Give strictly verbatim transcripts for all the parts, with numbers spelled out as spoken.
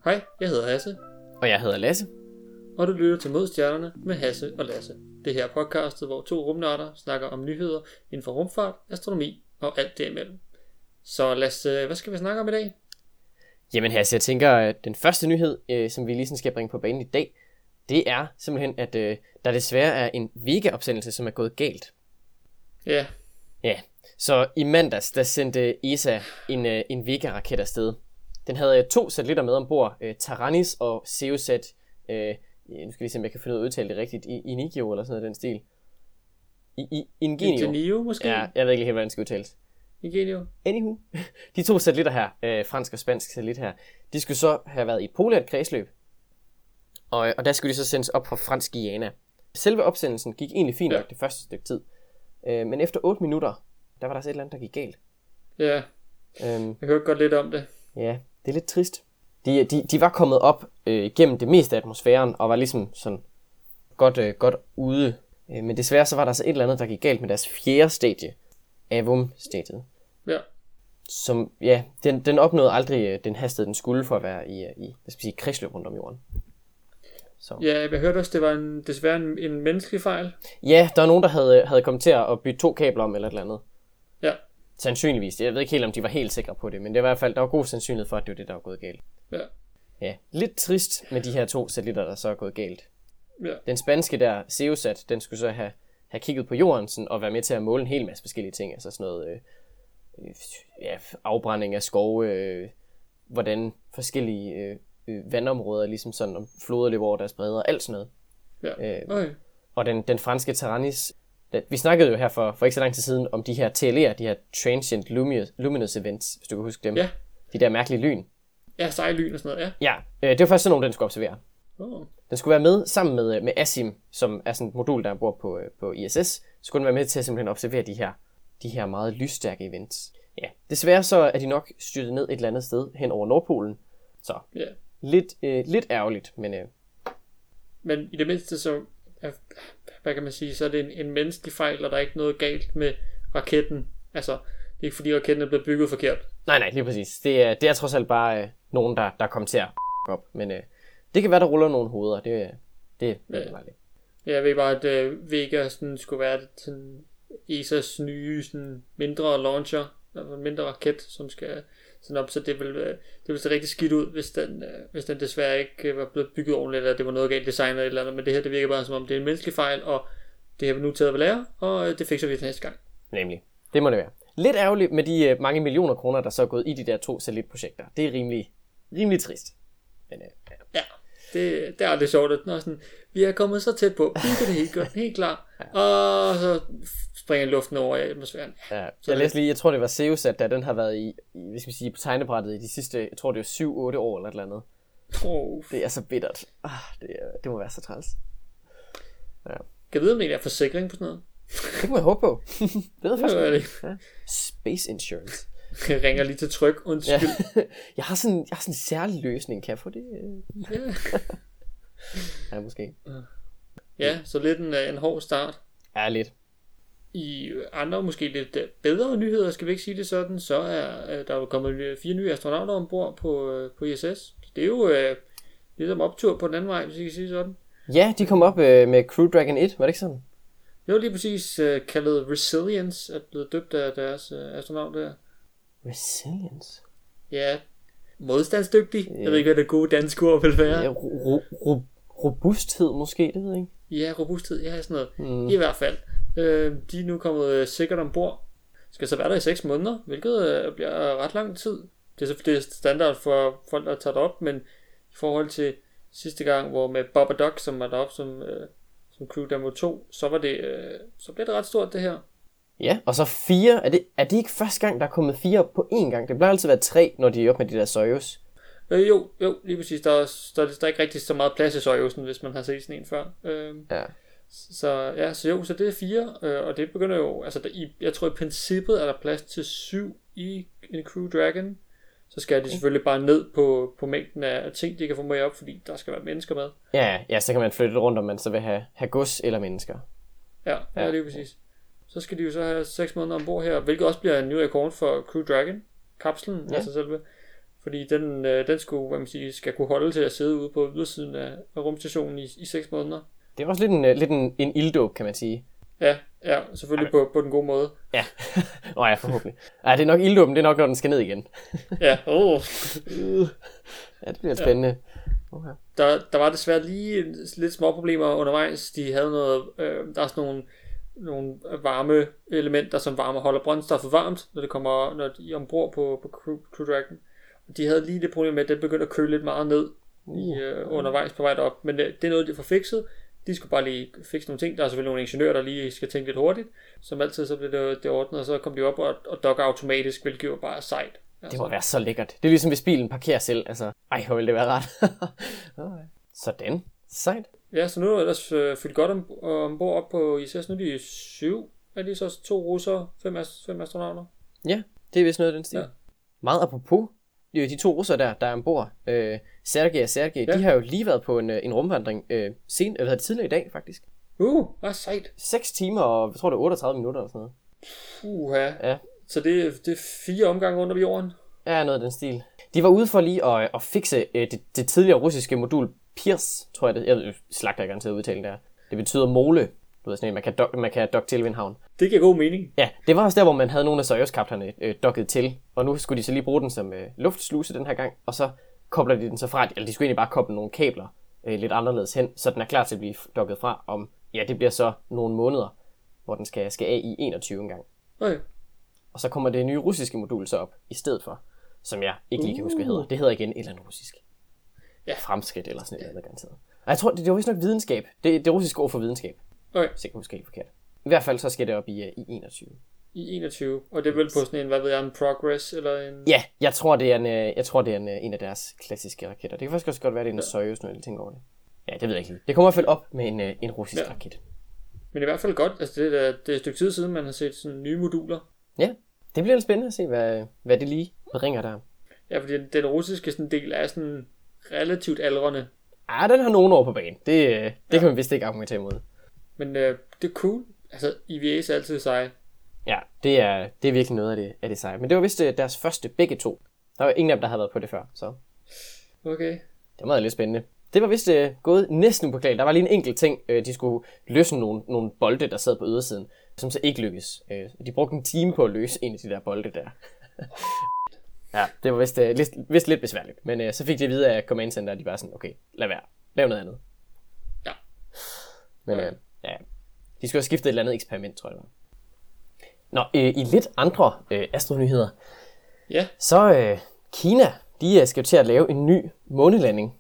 Hej, jeg hedder Hasse. Og jeg hedder Lasse. Og du lytter til Mod Stjernerne med Hasse og Lasse. Det her er podcastet, hvor to rumnørder snakker om nyheder inden for rumfart, astronomi og alt derimellem. Så Lasse, hvad skal vi snakke om i dag? Jamen Hasse, jeg tænker, at den første nyhed, øh, som vi lige sådan skal bringe på banen i dag, det er simpelthen, at øh, der desværre er en Vega-opsendelse, som er gået galt. Ja. Ja, så i mandags, der sendte E S A en, øh, en Vega-raket afsted. Den havde øh, to satellitter med ombord, øh, Taranis og Seosat. Øh, nu skal vi se, om jeg kan finde ud af at udtale det rigtigt. I, Inigio eller sådan noget den stil. I, I, Ingenio. Ingenio måske? Ja, jeg ved ikke helt, hvordan det skal udtales. Ingenio. Anywho. De to satellitter her, øh, fransk og spansk satellit her, de skulle så have været i et polært kredsløb. Og, og der skulle de så sendes op fra fransk Guyana. Selve opsendelsen gik egentlig fint nok ja. det første stykke tid. Øh, men efter otte minutter, der var der så et eller andet, der gik galt. Ja, øhm, jeg hørte godt lidt om det. Ja, det er lidt trist. De, de, de var kommet op øh, gennem det meste af atmosfæren, og var ligesom sådan godt, øh, godt ude. Øh, men desværre så var der så et eller andet, der gik galt med deres fjerde stadie, Avum-stadiet. Ja. Som, ja, den, den opnåede aldrig øh, den hastighed, den skulle for at være i, i hvad skal vi sige, kredsløb rundt om jorden. Så. Ja, jeg hørte også, det var en, desværre en, en menneskelig fejl. Ja, der var nogen, der havde, havde kommet til at bytte to kabler om eller et eller andet. Ja. Sandsynligvis. Jeg ved ikke helt, om de var helt sikre på det, men det var i hvert fald, der var god sandsynlighed for, at det var det, der var gået galt. Ja. Ja, lidt trist med de her to satellitter, der så er gået galt. Ja. Den spanske der, Seosat, den skulle så have, have kigget på jorden sådan, og være med til at måle en hel masse forskellige ting. Altså sådan noget øh, øh, ja, afbrænding af skove, øh, hvordan forskellige øh, øh, vandområder, ligesom sådan om floder løber over deres bredder, alt sådan noget. Ja. Øh, okay. Og den, den franske Taranis, den, vi snakkede jo her for, for ikke så lang tid siden om de her T L E'er, de her Transient Luminous, Luminous Events, hvis du kan huske dem. Ja. De der mærkelige lyn. Ja, sejlyn og sådan noget, ja. Ja, øh, det var først sådan nogle, den skulle observere. Oh. Den skulle være med sammen med, med ASIM, som er sådan et modul, der bor på, på I S S. Så skulle den være med til at simpelthen observere de her, de her meget lysstærke events. Ja, desværre så er de nok styrtet ned et eller andet sted hen over Nordpolen. Så yeah. lidt, øh, lidt ærgerligt, men... Øh... Men i det mindste så, hvad kan man sige, så er det en, en menneskelig fejl, og der er ikke noget galt med raketten. Altså, det er ikke fordi raketten er blevet bygget forkert. Nej, nej, lige præcis. Det er, det er trods alt bare øh, nogen, der, der kommer til at op. Men øh, det kan være, der ruller nogle hoveder. Det, det, det er bare det. Jeg ved bare, at øh, Vega sådan, skulle være sådan, E S A's nye sådan, mindre launcher, en mindre raket, som skal sådan op, så det vil, øh, det vil se rigtig skidt ud, hvis den, øh, hvis den desværre ikke øh, var blevet bygget ordentligt, eller det var noget galt designet eller et eller andet. Men det her, det virker bare som om, det er en menneskelig fejl, og det har vi nu taget ved lære, og øh, det fikser vi til næste gang. Nemlig. Det må det være. Lidt ærgerligt med de øh, mange millioner kroner, der så er gået i de der to satellitprojekter. Det er rimelig, rimelig trist. Men, øh, ja. ja, det, det er aldrig sjovt, at når sådan, vi er kommet så tæt på, vi kan det helt godt, helt klar, ja. Og så springer luften over i atmosfæren. Ja, jeg læste lige, jeg tror det var Seosat, da den har været i, i hvad skal vi sige, på tegnebrættet i de sidste, jeg tror det var syv otte år eller et eller andet. Oh. Det er så bittert. Ah, det, det må være så træls. Ja. Kan du vide, om det er forsikring på sådan noget? Det kan man håbe på. det ved jeg faktisk det. Ja. Space insurance. Jeg ringer lige til tryk, undskyld. Ja. jeg, har sådan, jeg har sådan en særlig løsning, kan jeg få det? Ja. ja, måske. Ja, så lidt en, en hård start. Ja, lidt. I andre, måske lidt bedre nyheder, skal vi ikke sige det sådan, så er der er kommet fire nye astronauter ombord på, på I S S. Det er jo øh, ligesom optur på den anden vej, hvis I kan sige sådan. Ja, de kom op øh, med Crew Dragon et, var det ikke sådan? Det var lige præcis øh, kaldet Resilience, er blevet døbt af deres øh, astronaut der. Resilience? Ja, modstandsdygtig. Yeah. Jeg ved ikke, hvad det gode danske ord vil være. Ja, ro- ro- robusthed måske, det ved jeg ikke. Ja, robusthed, ja, sådan noget. Mm. I hvert fald. Øh, de er nu kommet øh, sikkert ombord. Skal så være der i seks måneder, hvilket øh, bliver ret lang tid. Det er så det er standard for folk, der tager det op, men i forhold til sidste gang, hvor med Bob og Doc, som var deroppe som, øh, som Crew Demo to, så var det, øh, så blev det ret stort det her. Ja, og så fire. Er det, er det ikke første gang, der er kommet fire op på én gang? Det plejer altid at være tre, når de er op med de der Soyuz. Øh, jo, jo, lige præcis. Der er, der, der er ikke rigtig så meget plads i Soyuzen, hvis man har set sådan en før. Øh, ja. Så ja, så jo, så det er fire, øh, og det begynder jo, altså der, i, jeg tror i princippet er der plads til syv i en Crew Dragon. Så skal de selvfølgelig bare ned på, på mængden af ting, de kan få med op, fordi der skal være mennesker med. Ja, ja, så kan man flytte rundt, om man så vil have, have gods eller mennesker. Ja, ja, ja, det er præcis. Så skal de jo så have seks måneder ombord her, hvilket også bliver en ny rekord for Crew Dragon, kapslen, ja. Altså selve. Fordi den, øh, den skulle, hvad man siger, skal kunne holde til at sidde ude på ydersiden af, af rumstationen i, i seks måneder. Det er også lidt en, uh, lidt en, en ilddåb, kan man sige. Ja, ja, selvfølgelig på, på den gode måde. Ja, Nå ja, forhåbentlig. Ej, det er nok ilddåben, det er nok, når den skal ned igen. Ja, åh. Oh. Ja, det bliver spændende. Okay. Der, der var desværre lige lidt små problemer undervejs. De havde noget, øh, der er sådan nogle, nogle varme elementer, som varmer holder brændstoffet varmt, når det kommer, når de er ombord på, på Crew, Crew Dragon. De havde lige det problem med, at den begyndte at køle lidt meget ned i, øh, undervejs på vej derop. Men det, det er noget, de får fikset. De skulle bare lige fikse nogle ting. Der er selvfølgelig nogle ingeniører, der lige skal tænke lidt hurtigt. Som altid, så blev det, det ordnet, og så kom de op og, og dokker automatisk, hvilket jo bare er sejt. Altså. Det må være så lækkert. Det er ligesom, hvis bilen parkerer selv. Altså, ej, hvor ville det være rart. Okay. Sådan. Sejt. Ja, så nu er der ellers øh, fyldt godt om, ombord op på I S S. Nu er de syv. Er de så to russere, fem, fem astronauter? Ja, det er vist noget af den stil. Ja. Meget apropos. Det er jo de to russere der, der er ombord. Øh, Sergej og Sergej, ja. De har jo lige været på en, en rumvandring øh, sen, eller tidligere i dag, faktisk. Uh, hvad sejt. seks timer og, jeg tror det er otteogtredive minutter eller sådan noget. Uha. Ja. Så det, det er fire omgange under jorden? Ja, noget af den stil. De var ude for lige at, at fikse øh, det, det tidligere russiske modul Pirs, tror jeg det. Jeg slagter ikke garanteret udtale der. Det betyder mole. Du ved sådan en, man kan, dok, man kan dokke til ved en havn. Det giver god mening. Ja, det var også der, hvor man havde nogle af Soyuz-kapslerne øh, dokket til. Og nu skulle de så lige bruge den som øh, luftsluse den her gang. Og så kobler de den så fra. Eller de skulle egentlig bare koble nogle kabler øh, lidt anderledes hen, så den er klar til at blive dokket fra om, ja, det bliver så nogle måneder, hvor den skal, skal af i enogtyve engang. Okay. Og så kommer det nye russiske modul så op i stedet for, som jeg ikke lige kan huske, hvad hedder. Det hedder igen et eller andet russisk. Ja. Fremskridt eller sådan et eller andet garanteret. Og jeg tror, det, det var vist nok videnskab. Det, det russiske ord for videnskab. Okay. Så jeg kan huske helt forkert. I hvert fald så skal det op i, i enogtyve. I enogtyve. Og det er vel på sådan en, hvad ved jeg, en Progress eller en... Ja, jeg tror, det er en, jeg tror, det er en, en af deres klassiske raketter. Det kan faktisk også godt være, det er en ja. Soyuz, når jeg tænker over det. Ja, det ved jeg ikke lige. Det kommer i hvert fald op med en, en russisk ja. raket. Men i hvert fald godt. Altså, det er, det er et stykke tid siden, man har set sådan nye moduler. Ja, det bliver lidt spændende at se, hvad, hvad det lige bringer der. Ja, fordi den russiske sådan del er sådan relativt aldrende. Ah, den har nogle år på banen. Det, det ja. kan man vist ikke argumentere imod. Men øh, det er cool. Altså, I V A's er altid seje. Ja, det er, det er virkelig noget af det, af det seje. Men det var vist deres første, begge to. Der var ingen af dem, der havde været på det før, så... Okay. Det var lidt spændende. Det var vist uh, gået næsten upåklageligt. Der var lige en enkelt ting. Uh, de skulle løse nogle, nogle bolde, der sad på ydersiden, som så ikke lykkedes. Uh, de brugte en time på at løse en af de der bolde der. Ja, det var vist, uh, vist, vist lidt besværligt. Men uh, så fik de at vide af Command Center, at de bare sådan, okay, lad være. Lav noget andet. Ja. Men uh, ja, de skulle have skiftet et eller andet eksperiment, tror jeg det var. Nå, øh, i lidt andre øh, astronyheder. Ja. Så øh, Kina, de skal jo til at lave en ny månelanding.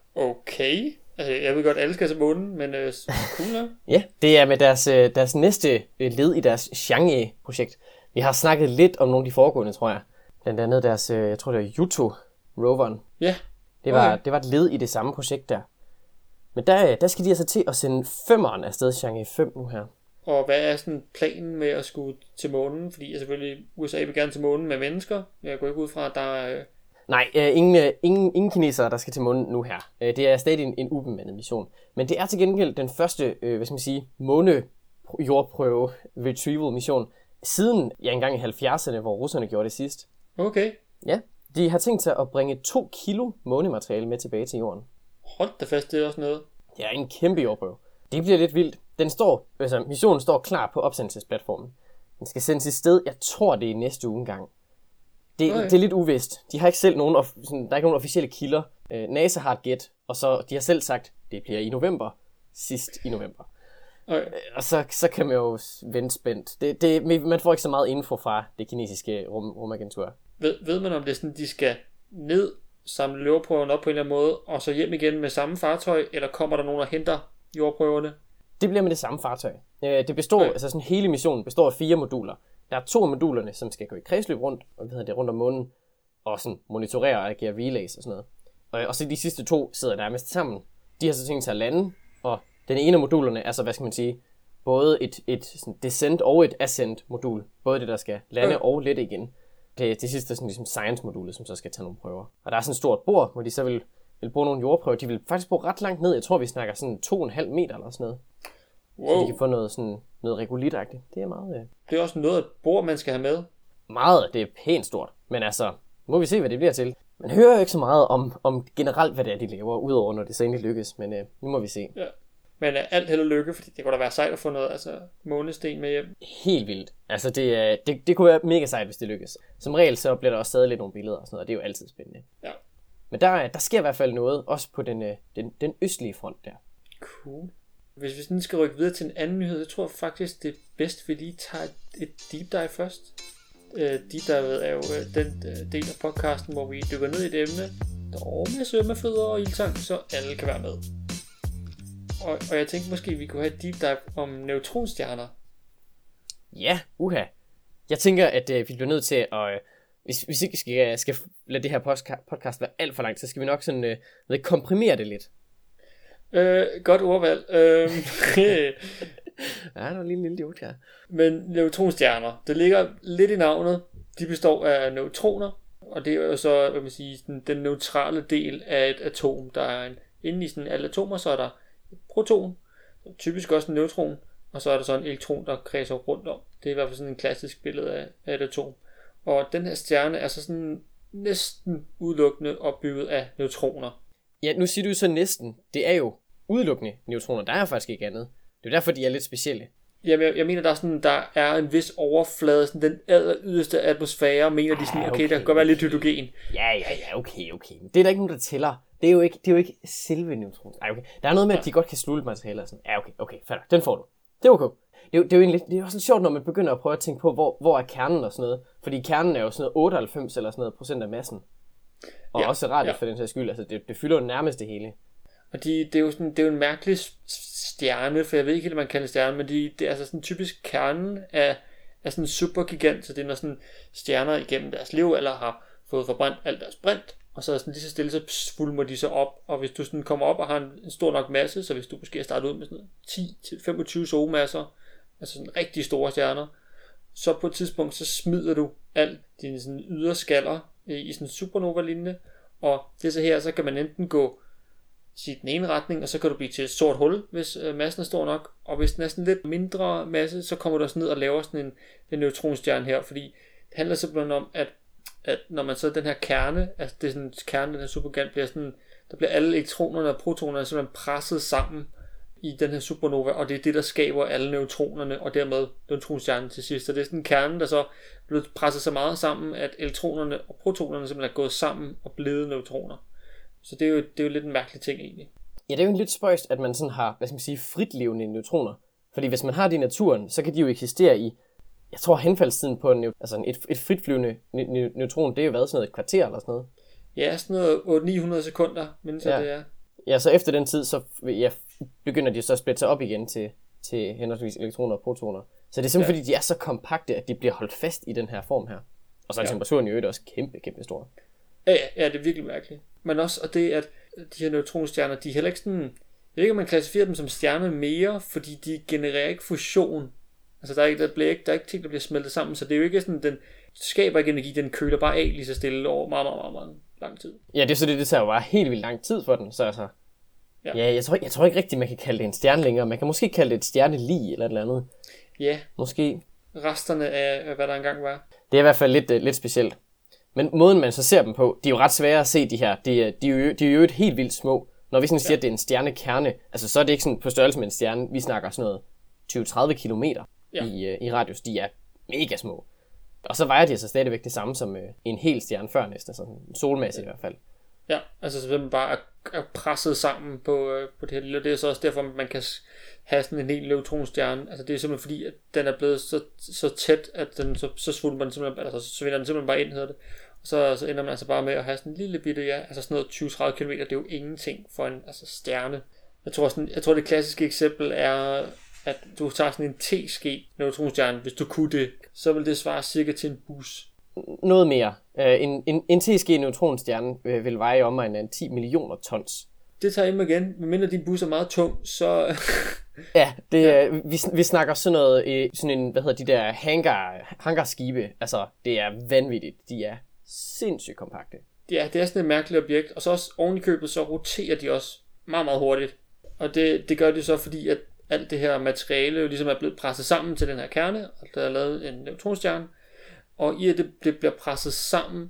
Okay. Altså, jeg ved godt, alle skal til månen, men øh, cool nok. Ja, det er med deres, øh, deres næste øh, led i deres Chang'e-projekt. Vi har snakket lidt om nogle af de foregående, tror jeg. Blandt andet deres, øh, jeg tror det er Yuto-roveren. Ja. Det var, okay. det var et led i det samme projekt der. Men der, der skal de altså til at sende femmeren afsted, Chang'e fem nu her. Og hvad er sådan planen med at skulle til månen? Fordi selvfølgelig U S A vil gerne til månen med mennesker. Jeg går ikke ud fra, at der er... Øh... Nej, øh, ingen, øh, ingen, ingen kinesere, der skal til månen nu her. Øh, det er stadig en, en ubemandet mission. Men det er til gengæld den første, øh, hvad skal man sige, måne-jordprøve retrieval mission siden ja, engang i halvfjerdserne, hvor russerne gjorde det sidst. Okay. Ja, de har tænkt sig at bringe to kilo månemateriale med tilbage til jorden. Hold da fast, det er også noget. Det er en kæmpe jordprøve. Det bliver lidt vildt. Den står, altså missionen står klar på opsendelsesplatformen. Den skal sendes i sted, jeg tror det er næste uge engang. Det, okay. det er lidt uvist. De har ikke selv nogen, sådan, der er ikke nogen officielle kilder. Øh, NASA har et gæt, og så de har selv sagt, det bliver i november. Sidst i november. Okay. Øh, og så, så kan man jo vente spændt. Det, det, man får ikke så meget info fra det kinesiske rum, rumagentur. Ved, ved man om det er sådan, de skal ned, samle jordprøven op på en eller anden måde, og så hjem igen med samme fartøj, eller kommer der nogen, der henter jordprøverne? Det bliver med det samme fartøj. Det består, okay. altså sådan hele missionen består af fire moduler. Der er to af modulerne, som skal gå i kredsløb rundt, og hvad hedder det, rundt om månen, og sådan monitorere og agere relays og sådan noget. Og, og så de sidste to sidder nærmest sammen. De har så tænkt sig at lande, og den ene af modulerne er så, hvad skal man sige, både et, et sådan descent og et ascent modul. Både det, der skal lande okay. og lette igen. Det, det sidste er sådan ligesom science-modulet, som så skal tage nogle prøver. Og der er sådan et stort bord, hvor de så vil, vil bruge nogle jordprøver. De vil faktisk bruge ret langt ned. Jeg tror, vi snakker sådan to komma fem meter eller sådan noget. Wow. Så de kan få noget, sådan, noget regolitagtigt. Det er meget... Øh... Det er også noget, et bord, man skal have med. Meget, det er pænt stort. Men altså, må vi se, hvad det bliver til. man hører jo ikke så meget om, om generelt, hvad det er, de laver, udover når det så egentlig lykkes, men øh, nu må vi se. Ja. Men uh, alt held og lykke, fordi det kunne da være sejt at få noget altså, månesten med hjem. Helt vildt. Altså det, det, det kunne være mega sejt, hvis det lykkes. Som regel så bliver der også stadig lidt nogle billeder og sådan noget, og det er jo altid spændende. Ja. Men der, der sker i hvert fald noget, også på den, den, den østlige front der. Cool. Hvis vi sådan skal rykke videre til en anden nyhed, så tror jeg faktisk, det er bedst, at vi lige tager et, et deep dive først. Uh, deep dive er jo uh, den uh, del af podcasten, hvor vi dykker ned i et emne, dog med svømmefødder og ildtang, så alle kan være med. Og, og jeg tænkte måske, vi kunne have et deep dive om neutronstjerner. Ja, uha. Jeg tænker, at øh, vi bliver nødt til at... Øh, hvis hvis ikke skal, skal lade det her podcast, podcast være alt for langt, så skal vi nok sådan øh, komprimere det lidt. Øh, godt ordvalg. Øh, ja, der er lige en lille idiot her. Men neutronstjerner, det ligger lidt i navnet. De består af neutroner, og det er jo så, hvad man siger, den, den neutrale del af et atom. Der er en, inde i sådan alle atomer, så er der et proton, typisk også en neutron, og så er der så en elektron, der kredser rundt om. Det er i hvert fald sådan en klassisk billede af, af et atom. Og den her stjerne er så sådan næsten udelukkende opbygget af neutroner. Ja, nu siger du så næsten. Det er jo udelukkende neutroner. Der er faktisk ikke andet. Det er derfor, de er lidt specielle. Jamen, jeg, jeg mener, der er, sådan, der er en vis overflade, sådan den aller yderste atmosfære, mener de sådan, okay, okay, der kan godt være lidt hydrogen. Ja, ja, ja, okay, okay. Men det er der ikke nogen, der tæller. Det er jo ikke, det er jo ikke selve neutroner. Ej, okay. Der er noget med, at de godt kan slutte materialer. Sådan. Ja, okay, okay, fair. Den får du. Det er okay. Det er, jo, det er jo egentlig, det er også lidt sjovt, når man begynder at prøve at tænke på, hvor, hvor er kernen og sådan noget. Fordi kernen er jo sådan noget otteoghalvfems eller sådan noget procent af massen. Og ja, også radius ja. For den sags skyld. Altså, det, det fylder jo nærmest det hele. Og de, det, er jo sådan, det er jo en mærkelig stjerne, for jeg ved ikke helt, hvad man kalder stjerne, men de, det er altså sådan typisk kernen af, af sådan en supergigant, så det er når sådan stjerner igennem deres levealder har fået forbrændt alt deres brint, og så sådan lige så stille, så svulmer de så op, og hvis du sådan kommer op og har en, en stor nok masse, så hvis du måske har startet ud med sådan ti til femogtyve solmasser, altså sådan rigtig store stjerner, så på et tidspunkt, så smider du alt dine sådan yderskaller i, i sådan en supernova-lignende, og det er så her, så kan man enten gå i den ene retning, og så kan du blive til et sort hul, hvis øh, massen er stor nok, og hvis den er sådan lidt mindre masse, så kommer du også ned og laver sådan en, en neutronstjerne her, fordi det handler simpelthen om, at, at når man så den her kerne, altså det er sådan kernen, den her supergigant, bliver sådan, der bliver alle elektronerne og protonerne simpelthen presset sammen i den her supernova, og det er det, der skaber alle neutronerne, og dermed neutronstjernen til sidst. Så det er sådan en kerne, der så er blevet presset så meget sammen, at elektronerne og protonerne simpelthen er gået sammen og blevet neutroner. Så det er, jo, det er jo lidt en mærkelig ting egentlig. Ja, det er jo lidt spøjst, at man sådan har, hvad skal man sige, fritlevende neutroner. Fordi hvis man har det i naturen, så kan de jo eksistere i, jeg tror henfaldstiden på en, altså et, et fritflyvende neutron, det er jo været sådan noget et kvarter eller sådan noget. Ja, sådan noget otte til ni hundrede sekunder, men så ja. det er. Ja, så efter den tid, så ja, begynder de så at splitte sig op igen til, til henholdsvis elektroner og protoner. Så det er simpelthen ja. Fordi, de er så kompakte, at de bliver holdt fast i den her form her. Og så er ja. Temperaturen i øvrigt også kæmpe, kæmpe stor. Ja, ja, ja, det er virkelig mærkeligt. Men også og det, at de her neutronstjerner, de er heller ikke sådan, jeg ved ikke, om man klassificerer dem som stjerner mere, fordi de genererer ikke fusion. Altså, der er ikke, der bliver ikke, der er ikke ting, der bliver smeltet sammen, så det er jo ikke sådan, den skaber ikke energi, den køler bare af lige så stille over meget, meget, meget, meget lang tid. Ja, det er så det, det tager jo bare helt vildt lang tid for den, så altså. Ja, ja jeg, tror, jeg tror ikke rigtigt, man kan kalde det en stjerne længere. Man kan måske kalde det et stjernelig eller et eller andet. Ja. Måske. Resterne af, hvad der engang var. Det er i hvert fald lidt, uh, lidt specielt. Men måden man så ser dem på, de er jo ret svære at se de her. De, de, er, jo, de er jo et helt vildt små. Når vi sådan siger, ja. At det er en stjernekerne, altså så er det ikke sådan på størrelse med en stjerne. Vi snakker sådan noget tyve til tredive kilometer ja. i, uh, i radius. De er mega små. Og så vejer de altså stadigvæk det samme som uh, en hel stjerne før næsten. Sådan en solmasse ja. I hvert fald. Ja, altså simpelthen bare er presset sammen på, uh, på det her lille. Det er så også derfor, man kan have sådan en hel neutronstjerne. Altså det er simpelthen fordi, at den er blevet så, så tæt, at den, så, så svulmer den simpelthen, altså så vinder den simpelthen bare ind, hedder det. Og så, så ender man altså bare med at have sådan en lille bitte, ja, altså sådan noget tyve til tredive kilometer, det er jo ingenting for en altså stjerne. Jeg tror, sådan, jeg tror det klassiske eksempel er, at du tager sådan en te-ske neutronstjerne, hvis du kunne det, så vil det svare cirka til en bus. Noget mere. Uh, en, en, en te-ske neutronstjerne uh, vil veje om en ti millioner tons. Det tager jeg igen. Medmindre din bus er meget tung, så... ja, det, ja. Vi, vi snakker sådan noget, sådan en, hvad hedder de der hangar, hangarskibe. Altså, det er vanvittigt. De er sindssygt kompakte. Ja, det er sådan et mærkeligt objekt. Og så også oven i købet, så roterer de også meget, meget hurtigt. Og det, det gør de så, fordi at alt det her materiale jo ligesom er blevet presset sammen til den her kerne, og der er lavet en neutronstjerne. Og i at det, det bliver presset sammen,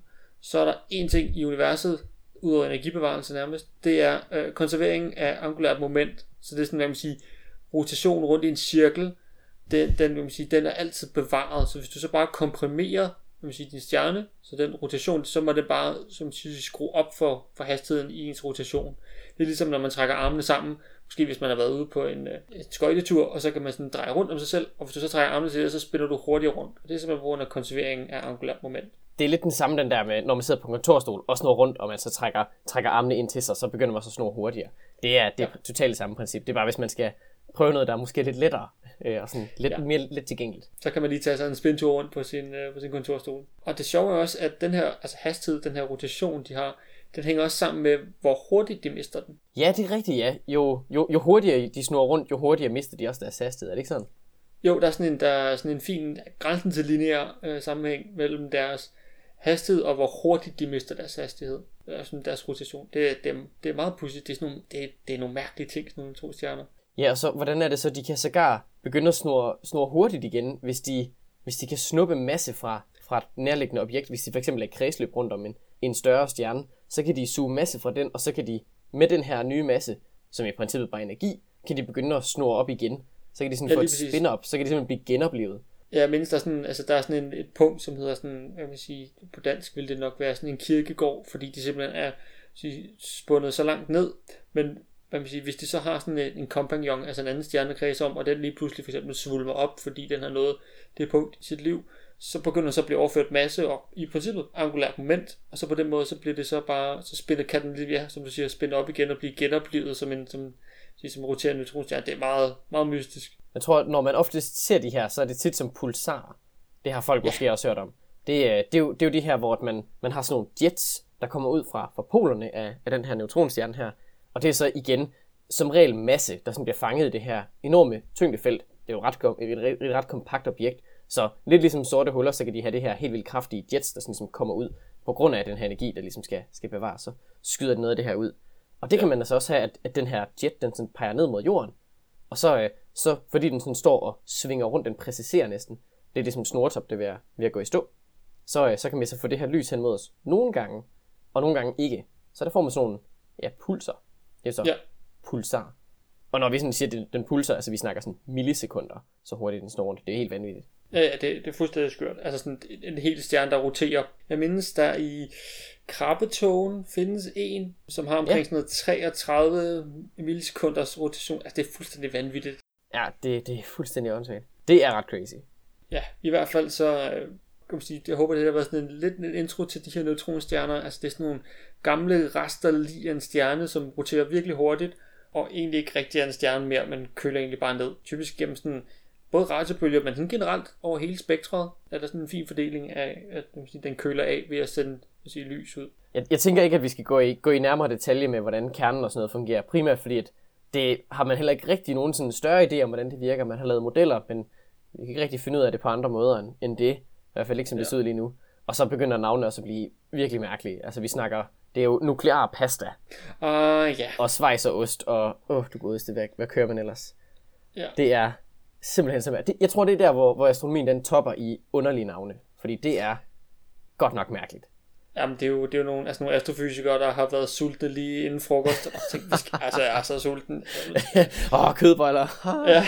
så er der en ting i universet, udover energibevarelse nærmest, det er øh, konservering af angulært moment. Så det er sådan, hvad man siger, rotation rundt i en cirkel, den, den, vil man sige, den er altid bevaret. Så hvis du så bare komprimerer, vil man sige, din stjerne, så den rotation, så må det bare, som man siger, skrue op for, for hastigheden i ens rotation. Det er ligesom, når man trækker armene sammen, måske hvis man har været ude på en, en skøjtetur, og så kan man sådan dreje rundt om sig selv, og hvis du så trækker armene til det, så spinner du hurtigere rundt. Og det er simpelthen på grund af konserveringen af angulært moment. Det er lidt den samme, den der med, når man sidder på en kontorstol og snor rundt, og man så trækker, trækker armene ind til sig, så begynder man så at snurre hurtigere. Det er, det er ja. totalt samme princip. Det er bare, hvis man skal prøve noget, der er måske lidt lettere, øh, og sådan lidt ja. mere lidt tilgængeligt. Så kan man lige tage sig en spintur rundt på sin, øh, på sin kontorstol. Og det sjove er også, at den her altså hastighed, den her rotation, de har, den hænger også sammen med, hvor hurtigt de mister den. Ja, det er rigtigt, ja. Jo, jo, jo hurtigere de snurrer rundt, jo hurtigere mister de også deres hastighed. Er det ikke sådan? Jo, der er sådan en, der er sådan en fin grænsen til lineær øh, sammenhæng mellem deres hastighed og hvor hurtigt de mister deres hastighed. Altså deres rotation. Det, det, det er meget pudsigt. Det er, sådan nogle, det, det er nogle mærkelige ting, sådan nogle to stjerner. Ja, og så hvordan er det så, de kan sågar begynde at snurre, snurre hurtigt igen, hvis de, hvis de kan snuppe masse fra, fra et nærliggende objekt. Hvis de for eksempel er kredsløb rundt om en, en større stjerne, så kan de suge masse fra den, og så kan de med den her nye masse, som i princippet bare er energi, kan de begynde at snurre op igen. Så kan de sådan ja, få et spin-up, så kan de simpelthen blive genoplevet. Ja, men der er sådan, altså der er sådan en, et punkt, som hedder sådan, hvad vil sige, på dansk vil det nok være sådan en kirkegård, fordi de simpelthen er sige, spundet så langt ned, men hvad vil sige, hvis de så har sådan en, en kompagnon, altså en anden stjernekreds om, og den lige pludselig for eksempel svulmer op, fordi den har nået det punkt i sit liv, så begynder så at blive overført masse, og i princippet angulært moment, og så på den måde, så bliver det så bare, så spinner kan den lige, ja, som du siger, spinde op igen og blive genoplivet som en, som, som roterende neutronstjerne. Det er meget, meget mystisk. Jeg tror, når man ofte ser de her, så er det tit som pulsarer. Det har folk ja. måske også hørt om. Det, er, det, er jo, det er jo de her, hvor man, man har sådan nogle jets, der kommer ud fra, fra polerne af, af den her neutronstjerne her. Og det er så igen som regel masse, der sådan bliver fanget i det her enorme tyngdefelt. Det er jo ret, et, et, et ret kompakt objekt. Så lidt ligesom sorte huller, så kan de have det her helt vildt kraftige jets, der sådan ligesom kommer ud på grund af den her energi, der ligesom skal, skal bevares. Så skyder det noget af det her ud. Og det kan man altså også have, at, at den her jet, den sådan peger ned mod jorden. Og så, øh, så fordi den sådan står og svinger rundt, den præciserer næsten. Det er det som snortop, det er ved at, ved at gå i stå. Så, øh, så kan vi så få det her lys hen mod os nogle gange, og nogle gange ikke. Så der får man sådan nogle ja, pulser. Det er så ja. pulsar. Og når vi sådan siger, at den, den pulser, altså vi snakker sådan millisekunder, så hurtigt den snor rundt. Det er helt vanvittigt. Ja, ja det, det er fuldstændig skørt. Altså sådan en hel stjerne, der roterer. Jeg mindes, der i krabbetogen findes en, som har omkring ja. sådan noget treogtredive millisekunders rotation. Altså det er fuldstændig vanvittigt. Ja, det, det er fuldstændig åndssvagt. Det er ret crazy. Ja, i hvert fald så, kan man sige, jeg håber, det har været sådan en lidt en intro til de her neutronstjerner. Altså det er sådan nogle gamle rester lige af en stjerne, som roterer virkelig hurtigt, og egentlig ikke rigtig er en stjerne mere, men køler egentlig bare ned. Typisk gennem sådan både radiobølger, men sådan generelt over hele spektret er der sådan en fin fordeling af, at den køler af ved at sende sige, lys ud. Jeg, jeg tænker ikke, at vi skal gå i, gå i nærmere detalje med, hvordan kernen og sådan noget fungerer. Primært fordi, at det har man heller ikke rigtig nogen sådan større idé om, hvordan det virker. Man har lavet modeller, men vi kan ikke rigtig finde ud af det på andre måder end det. I hvert fald ikke som det ja. ser ud lige nu. Og så begynder navnene også at blive virkelig mærkelige. Altså vi snakker, det er jo nuklear pasta. Uh, yeah. Og svejs og ost, og åh, oh, du godeste, hvad, hvad kører man ellers? Yeah. Det er simpelthen simpelthen. Jeg tror, det er der, hvor, hvor astronomien den topper i underlige navne. Fordi det er godt nok mærkeligt. Jamen, det er jo, det er jo nogle, altså nogle astrofysikere, der har været sultne lige inden frokost. Og tænkt, skal, altså, jeg er så sulten. Åh, oh, kødboller. Ja.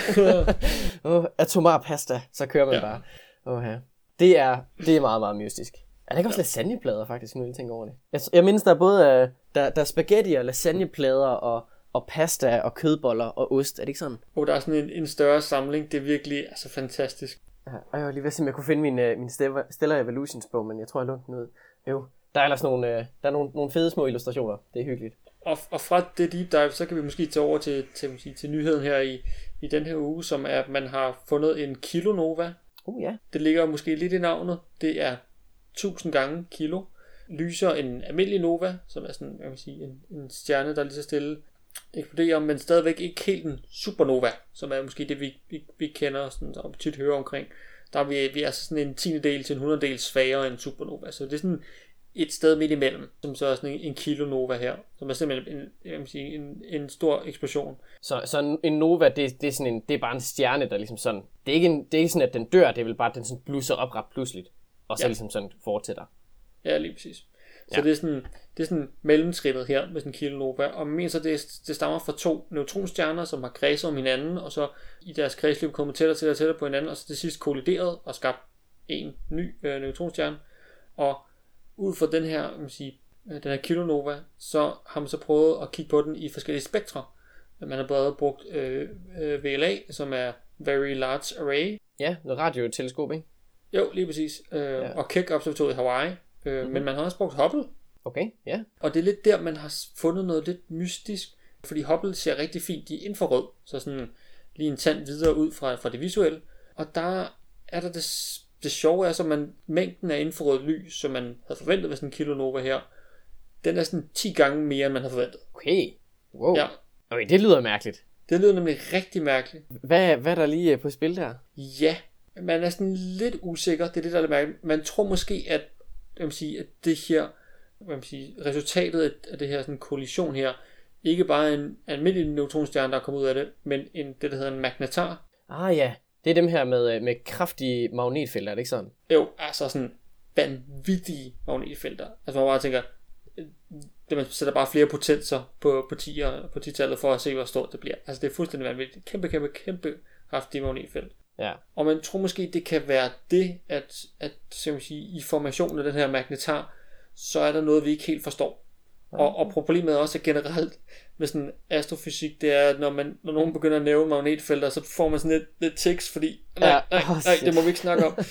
oh, atomar pasta. Så kører man ja. bare. Oh, ja. Det er, det er meget, meget mystisk. Er der ikke også ja. lasagneplader, faktisk, nu jeg tænker over det? Jeg, jeg mindes, der er både uh, der, der er spaghetti og lasagneplader og, og pasta og kødboller og ost. Er det ikke sådan? Og der er sådan en, en større samling. Det er virkelig altså, fantastisk. Ja, og jeg var lige ved at se, om jeg kunne finde min, uh, min Stellar Evolutions bog, men jeg tror, jeg lånte den ud. Jo, der er ellers nogle, uh, der er nogle, nogle fede små illustrationer. Det er hyggeligt. Og, og fra det deep dive, så kan vi måske tage over til, til, til, til nyheden her i, i den her uge, som er, at man har fundet en kilonova. Uh, ja. Det ligger måske lidt i navnet. Det er tusind gange kilo. Lyser en almindelig nova, som er sådan, jeg vil sige, en, en stjerne, der lige så stille eksploderer, men stadigvæk ikke helt en supernova, som er måske det, vi, vi, vi kender sådan, og tit hører omkring. Der er vi, vi er altså sådan en tiendedel til en hundreddel svagere end supernova, så det er sådan et sted midt imellem, som så er sådan en, en kilonova her, som er simpelthen en, jeg vil sige, en, en stor eksplosion. Så, så en nova, det, det, er sådan en, det er bare en stjerne, der ligesom sådan, det er ikke, en, det er ikke sådan, at den dør, det er vel bare, at den sådan blusser op ret pludseligt, og så ja. ligesom sådan fortsætter. Ja, lige præcis. Så ja. det er sådan, det er sådan mellemskridtet her med sådan en kilonova, og man mener så, det, det stammer fra to neutronstjerner, som har kredset om hinanden, og så i deres kredsløb kommet tættere, tættere, tættere på hinanden, og så til sidst kollideret og skabt en ny øh, neutronstjerne. Og ud fra den her, man sige, den her kilonova, så har man så prøvet at kigge på den i forskellige spektre. Man har både brugt øh, øh, V L A, som er Very Large Array. Ja, noget radioteleskop, ikke? Jo, lige præcis. Øh, ja. Og Keck-observatoriet i Hawaii. Øh, mm-hmm. Men man har også brugt Hubble. Okay, ja. Yeah. Og det er lidt der, man har fundet noget lidt mystisk. Fordi Hubble ser rigtig fint i infrarød. Så sådan lige en tand videre ud fra, fra det visuelle. Og der er der det, det sjove er, så man mængden af infrarød lys, som man havde forventet ved sådan en kilonova her, den er sådan ti gange mere, end man havde forventet. Okay, wow. Ja. Okay, det lyder mærkeligt. Det lyder nemlig rigtig mærkeligt. Hvad, hvad er der lige på spil der? Ja, man er sådan lidt usikker. Det er det, der er lidt mærkeligt. Man tror måske, at, jeg vil sige, at det her, hvad man sige, resultatet af det her sådan kollision her, ikke bare er en almindelig neutronstjerne, der er kommet ud af det, men en, det, der hedder en magnetar. Ah ja, det er dem her med, med kraftige magnetfelter, er det ikke sådan? Jo, altså sådan vanvittige magnetfelter. Altså man bare tænker, det man sætter bare flere potenser på, på tier, på ti-tallet for at se, hvor stort det bliver. Altså det er fuldstændig vanvittigt. Kæmpe, kæmpe, kæmpe kraftige magnetfelt. Ja. Og man tror måske, det kan være det, at, at så man sige, i formationen af den her magnetar, så er der noget, vi ikke helt forstår. Ja. Og, og problemet er også generelt med sådan astrofysik, det er, at når, man, når nogen begynder at nævne magnetfelter, så får man sådan lidt, lidt tics, fordi nej, ja. nej, nej, nej, det må vi ikke snakke om.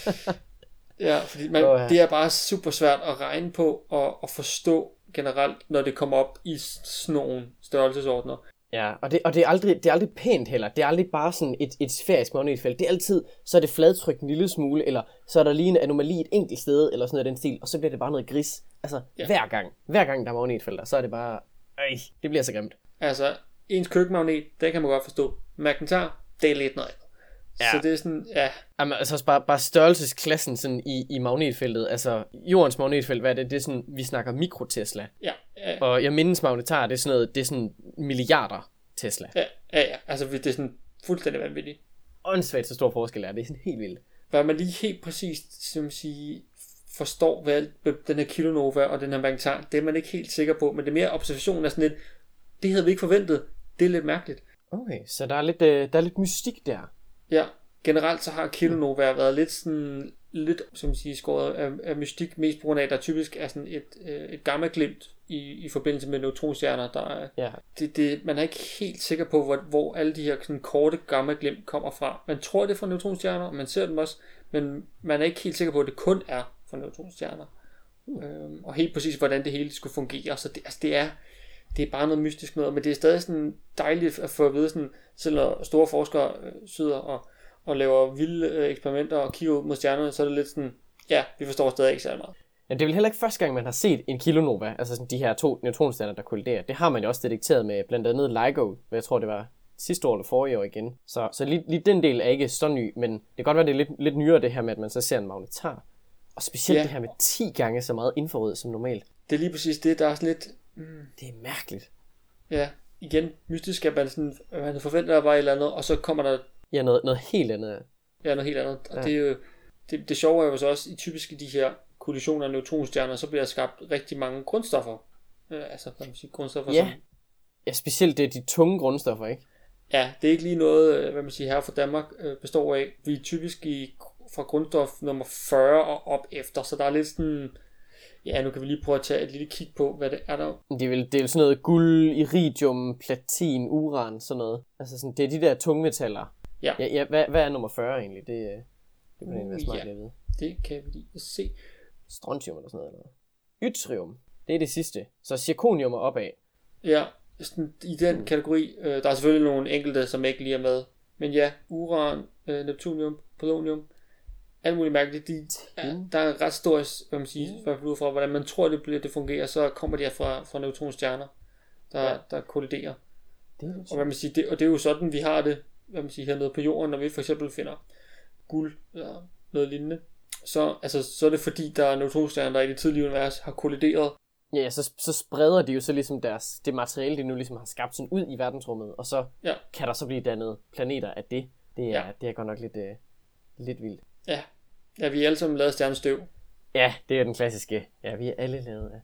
Ja, fordi man, oh, ja. det er bare super svært at regne på og, og forstå generelt, når det kommer op i sådan nogle størrelsesordner. Ja, og det, og det, er aldrig, det er aldrig pænt heller. Det er aldrig bare sådan et, et sfærisk magnetfelt. Det er altid, så er det fladtrykt en lille smule, eller så er der lige en anomali et enkelt sted, eller sådan noget af den stil, og så bliver det bare noget gris. Altså, ja. hver gang, hver gang der er magnetfelter, så er det bare, øj, det bliver så grimt. Altså, ens køkkenmagnet, det kan man godt forstå. Magnetar, det er lidt noget andet. Ja. Så det er sådan, ja. Jamen, altså bare, bare størrelsesklassen sådan i, i magnetfeltet. Altså, jordens magnetfelt, hvad er det? Det er sådan, vi snakker mikrotesla. Ja, ja. Og jeg mindes magnetar, det er sådan noget, det er sådan milliarder Tesla. Ja, ja, ja. Altså, det er sådan fuldstændig vanvittigt. Åndssvagt så stor forskel er, det er sådan helt vildt. Hvad man lige helt præcist, som sige, forstår, hvad den her kilonova og den her magnetar, det er man ikke helt sikker på, men det er mere observationen af sådan lidt, det havde vi ikke forventet, det er lidt mærkeligt. Okay, så der er lidt, der er lidt mystik der. Ja, generelt så har kilonova været lidt sådan, lidt, som man siger, skåret af, af mystik, mest på grund af, at der typisk er sådan et, et gammaglimt i, i forbindelse med neutronstjerner, der er, ja. det, det, man er ikke helt sikker på, hvor, hvor alle de her sådan korte gammaglimt kommer fra. Man tror, det er fra neutronstjerner, og man ser dem også, men man er ikke helt sikker på, at det kun er fra neutronstjerner. Uh. Øhm, og helt præcis, hvordan det hele skulle fungere. Så det, altså, det er det er bare noget mystisk noget, men det er stadig sådan dejligt at få at vide, sådan, selv når store forskere øh, sidder og, og laver vilde øh, eksperimenter og kigger ud mod stjernerne, så er det lidt sådan, ja, vi forstår stadig ikke særlig meget. Ja, det er vel heller ikke første gang, man har set en kilonova, altså sådan de her to neutronstjerner, der kolliderer. Det har man jo også detekteret med blandt andet LIGO, hvad jeg tror, det var sidste år eller forrige år igen. Så, så lige, lige den del er ikke så ny, men det kan godt være, det er lidt, lidt nyere det her med, at man så ser en magnetar. Og specielt ja. det her med ti gange så meget infrarød som normalt. Det er lige præcis det, der er sådan lidt... Mm. Det er mærkeligt. Ja, igen, mystisk, at man, sådan, man forventer bare et eller andet, og så kommer der... Ja, noget, noget helt andet. Ja, noget helt andet. Og ja. det er jo... Det, det sjove er jo så også, i typisk i de her kollisioner af neutronstjerner, så bliver der skabt rigtig mange grundstoffer. Øh, altså, kan man sige, grundstoffer ja. som... Ja, specielt det er de tunge grundstoffer, ikke? Ja, det er ikke lige noget, hvad man siger, her fra Danmark øh, består af. Vi er typisk i, fra grundstof nummer fyrre og op efter, så der er lidt sådan... Ja, nu kan vi lige prøve at tage et lille kig på, hvad det er der. Det er vel, det er vel sådan noget guld, iridium, platin, uran, sådan noget. Altså sådan, det er de der tungmetaller. Ja. Ja, ja hvad, hvad er nummer fyrre egentlig? Det, det kunne egentlig være smart ja, at vide. Det kan vi lige se. Strontium eller sådan noget. Eller? Yttrium, det er det sidste. Så zirconium er opad. Ja, sådan, i den mm. kategori, øh, der er selvfølgelig nogle enkelte, som ikke lige er med. Men ja, uran, øh, neptunium, polonium, alt muligt mærkeligt. De, ja, der er en ret stor, hvad man siger, mm. ud fra, hvordan man tror, det, bliver, det fungerer, så kommer de fra, fra neutronstjerner, der, ja. der kolliderer. Det og, hvad man siger, det, og det er jo sådan, vi har det, hvad man siger, hernede på jorden, når vi for eksempel finder guld eller noget lignende. Så, altså, så er det fordi, der er neutronstjerner, der i det tidlige univers har kollideret. Ja, så, så spreder de jo så ligesom deres, det materiale, de nu ligesom har skabt sådan ud i verdensrummet, og så ja. kan der så blive dannet planeter af det. Det er, ja. det er godt nok lidt, uh, lidt vildt. Ja. Ja, vi er alle sammen lavet stjernestøv. Ja, det er den klassiske. Ja, vi er alle lavet af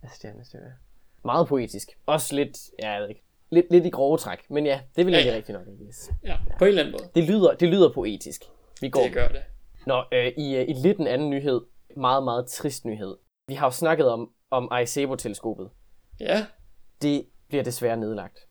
af stjernestykker. Meget poetisk. Også lidt, ja, jeg ved ikke, lidt, lidt i grove træk. Men ja, det vil jeg ja, ja. rigtig nok ikke. Ja, ja, på en eller anden måde. Det lyder, det lyder poetisk. Vi går. Det gør det. Nå, øh, i, i lidt en anden nyhed. Meget, meget trist nyhed. Vi har jo snakket om, om Arecibo-teleskopet. Ja. Det bliver desværre nedlagt.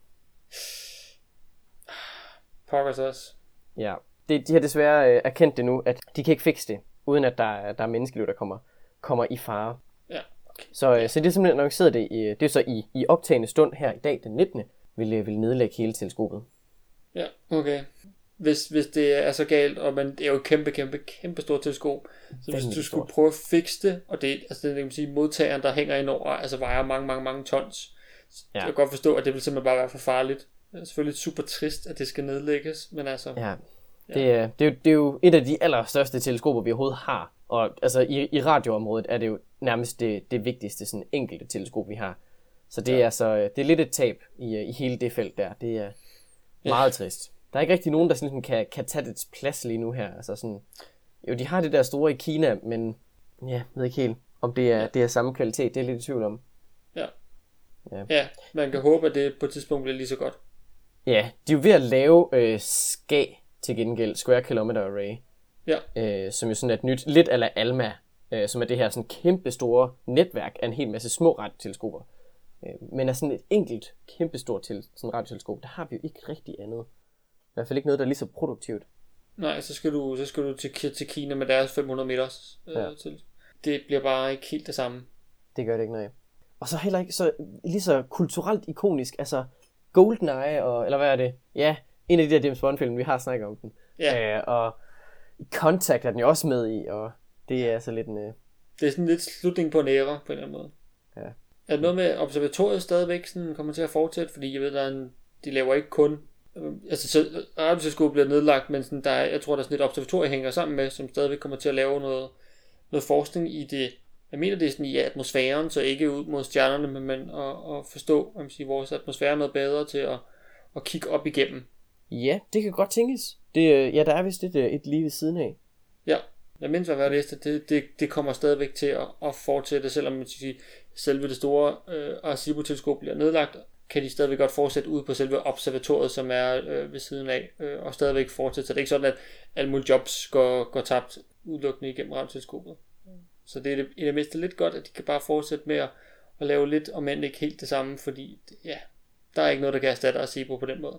Pokkers også. Ja. Det, de har desværre øh, erkendt det nu, at de kan ikke fikse det, uden at der, der er menneskeliv, der kommer, kommer i fare. Ja. Okay. Så, øh, så det er simpelthen annonceret det, i, det er så i, i optagende stund her i dag, den nittende vil, vil nedlægge hele teleskopet. Ja, okay. Hvis, hvis det er så galt, og man, det er jo et kæmpe, kæmpe, kæmpe stort teleskop, så hvis du skulle prøve at fikse det, og det, altså det kan man sige, modtageren, der hænger ind over, altså vejer mange, mange, mange tons, ja. Jeg kan godt forstå, at det vil simpelthen bare være for farligt. Det er selvfølgelig super trist, at det skal nedlægges, men altså... Ja, det er, det er, jo, det er jo et af de allerstørste teleskoper, vi overhovedet har, og altså i, i radioområdet er det jo nærmest det, det vigtigste sådan enkelte teleskop, vi har. Så det, ja. er, altså, det er lidt et tab i, i hele det felt der. Det er meget ja. trist. Der er ikke rigtig nogen, der sådan kan, kan tage dets plads lige nu her. Altså sådan, jo, de har det der store i Kina, men ja, jeg ved ikke helt, om det er, ja. det er samme kvalitet. Det er lidt i tvivl om. Ja. ja. Ja, man kan håbe, at det på et tidspunkt bliver lige så godt. Ja, de er jo ved at lave øh, S C A til gengæld, Square Kilometer Array. Ja. Øh, som jo sådan er et nyt, lidt a la ALMA, øh, som er det her sådan kæmpe store netværk af en hel masse små radioteleskoper. Øh, men er sådan et enkelt kæmpe stort til sådan radioteleskop, der har vi jo ikke rigtig andet. I hvert fald ikke noget, der er lige så produktivt. Nej, så skal du, så skal du til, til Kina med deres fem hundrede meters øh, ja. til. Det bliver bare ikke helt det samme. Det gør det ikke, nej. Og så heller ikke så lige så kulturelt ikonisk, altså GoldenEye, og, eller hvad er det? Ja, en af de der James Bond-film, vi har snakket om den. Ja. Øh, og Contact er den jo også med i, og det er altså lidt en... Øh... Det er sådan lidt slutning på en æra, på en eller anden måde. Ja. Er det noget med observatoriet stadigvæk sådan, kommer til at fortsætte? Fordi jeg ved, der er en, de laver ikke kun... Altså, så radioteleskopet bliver nedlagt, men sådan, der er, jeg tror, der er sådan et observatorium hænger sammen med, som stadigvæk kommer til at lave noget, noget forskning i det... Jeg mener, det er sådan i atmosfæren, så ikke ud mod stjernerne, men, men at, at forstå, at sige, vores atmosfære er noget bedre til at, at kigge op igennem. Ja, det kan godt tænkes. Det, ja, der er vist et, et lige ved siden af. Ja, jeg mindst hvad jeg læste, det, det, det kommer stadigvæk til at, at fortsætte, selvom man siger, selve det store øh, Arecibo-teleskop bliver nedlagt, kan de stadigvæk godt fortsætte ud på selve observatoriet, som er øh, ved siden af, øh, og stadigvæk fortsætte. Så det er ikke sådan, at alle mulige jobs går, går tabt udelukkende igennem radioteleskopet. Så det er det, i det mindste lidt godt, at de kan bare fortsætte med at, at lave lidt, om end ikke helt det samme, fordi ja, der er ikke noget, der kan erstatte Arecibo på den måde.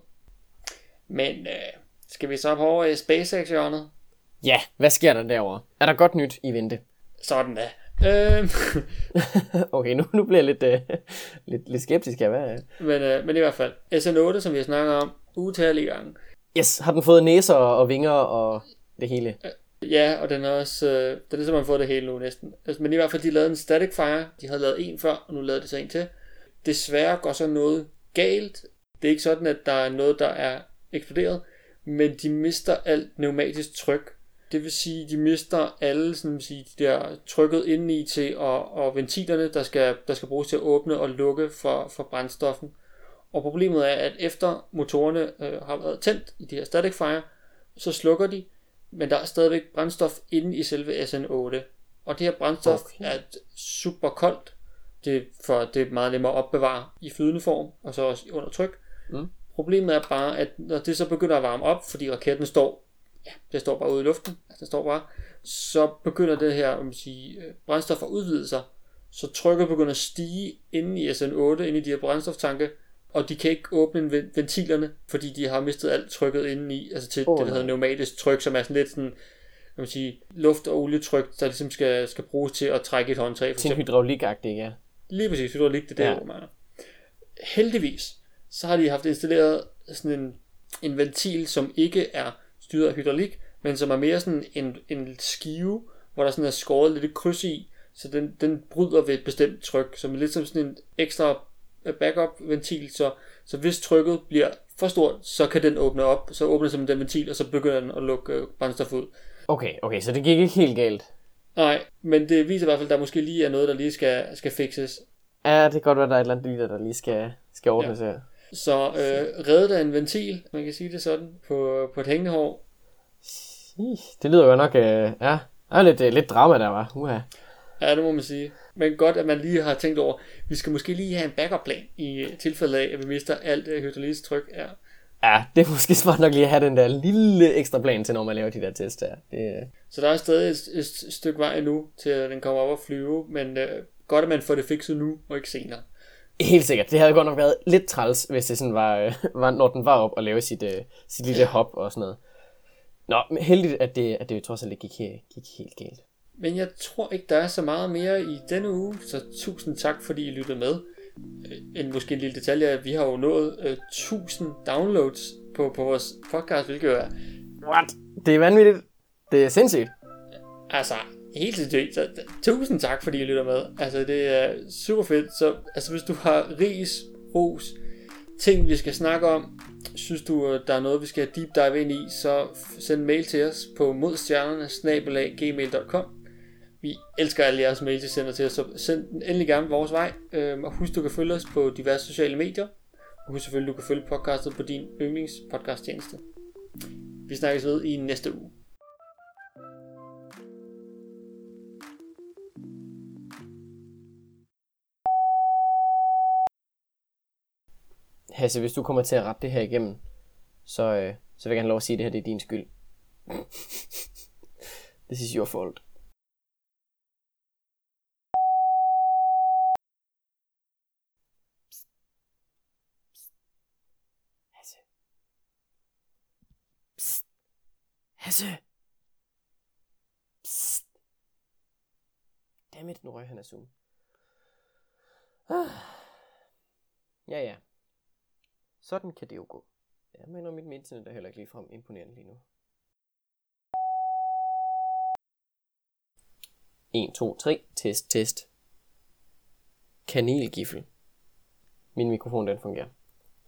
Men øh, skal vi så op over i SpaceX-hjørnet? Ja, hvad sker der derovre? Er der godt nyt i vente? Sådan da. Øh. Okay, nu, nu bliver jeg lidt, øh, lidt, lidt skeptisk her. Hvad? Men, øh, men i hvert fald, S N otte, som vi har snakket om, utallige gange. Yes, har den fået næser og vinger og det hele? Ja, og den er også, øh, den er simpelthen fået det hele nu næsten. Altså, men i hvert fald, de lavede en static fire. De havde lavet en før, og nu lavede de så en til. Desværre går så noget galt. Det er ikke sådan, at der er noget, der er eksploderet, men de mister alt pneumatisk tryk. Det vil sige, de mister alle sådan at sige, de der trykket indeni til, og, og ventilerne, der skal, der skal bruges til at åbne og lukke for, for brændstoffen. Og problemet er, at efter motorerne øh, har været tændt i de her static fire, så slukker de, men der er stadigvæk brændstof inde i selve S N otte. Og det her brændstof okay. er super koldt, det, for det er meget nemmere at opbevare i flydende form, og så også under tryk. Mm. Problemet er bare, at når det så begynder at varme op, fordi raketten står, ja, det står bare ude i luften, altså det står bare, så begynder det her, om man sige, brændstof at udvide sig, så trykket begynder at stige inde i S N otte, inde i de her brændstoftanke, og de kan ikke åbne ventilerne, fordi de har mistet alt trykket indeni, altså til oh, det, der hedder pneumatisk tryk, som er sådan lidt sådan, kan man sige, luft- og olietryk, der ligesom skal, skal bruges til at trække et håndtag. For til en hydraulikagtig, ja. Lige præcis, hydraulik, det er det, ja. Man. Heldigvis, så har de haft installeret sådan en, en ventil, som ikke er styret af hydraulik, men som er mere sådan en, en skive, hvor der sådan er skåret lidt et kryds i, så den, den bryder ved et bestemt tryk, som er lidt som sådan en ekstra backup ventil, så, så hvis trykket bliver for stort, så kan den åbne op, så åbner simpelthen den ventil, og så begynder den at lukke brændstof ud. Okay, okay, så det gik ikke helt galt. Nej, men det viser i hvert fald, at der måske lige er noget, der lige skal, skal fikses. Ja, det kan godt være, der er et eller andet lige, der lige skal, skal ordnes her. Ja. Så øh, redde der en ventil, man kan sige det sådan, på, på et hængende hår. Det lyder jo nok, øh, ja, der er lidt, øh, lidt drama der, var. Uha. Ja, det må man sige. Men godt, at man lige har tænkt over, vi skal måske lige have en backup-plan i tilfælde af, at vi mister alt uh, hydrolytisk tryk. Ja. Ja, det er måske smart nok lige at have den der lille ekstra plan til, når man laver de der tests her. Det... Så der er stadig et, et stykke vej nu, til at den kommer op og flyve, men uh, godt, at man får det fikset nu, og ikke senere. Helt sikkert. Det havde godt nok været lidt træls, hvis det sådan var, øh, var når den var op og lave sit, øh, sit lille hop og sådan noget. Nå, men heldigt, at det, at det jo trods alt ikke gik, gik helt galt. Men jeg tror ikke, der er så meget mere i denne uge, så tusind tak, fordi I lyttede med. En måske en lille detalje, at vi har jo nået uh, tusind downloads på, på vores podcast, hvilket er... What? Det er vanvittigt. Det er sindssygt. Altså, helt sindssygt. Så tusind tak, fordi I lytter med. Altså, det er super fedt. Så altså, hvis du har ris, ros, ting, vi skal snakke om, synes du, der er noget, vi skal deep dive ind i, så send en mail til os på modstjernerne snabel-a gmail punktum com. Vi elsker alle jeres mails, I sender til os, så send den endelig gerne vores vej. Øhm, og husk, du kan følge os på diverse sociale medier. Og husk selvfølgelig, du kan følge podcastet på din yndlingspodcast-tjeneste. Vi snakkes ved i næste uge. Hasse, hvis du kommer til at rette det her igennem, så, øh, så vil jeg gerne lov at sige, at det her det er din skyld. This is your fault. Hasse. Psst. Hasse. Psst. Dammit, nu røg han af Zoom. Ah. Ja, ja. Sådan kan det jo gå. Ja, men mit internet er heller ikke ligefrem imponerende lige nu. en, to, tre. Test, test. Kanelgiffel. Min mikrofon, den fungerer.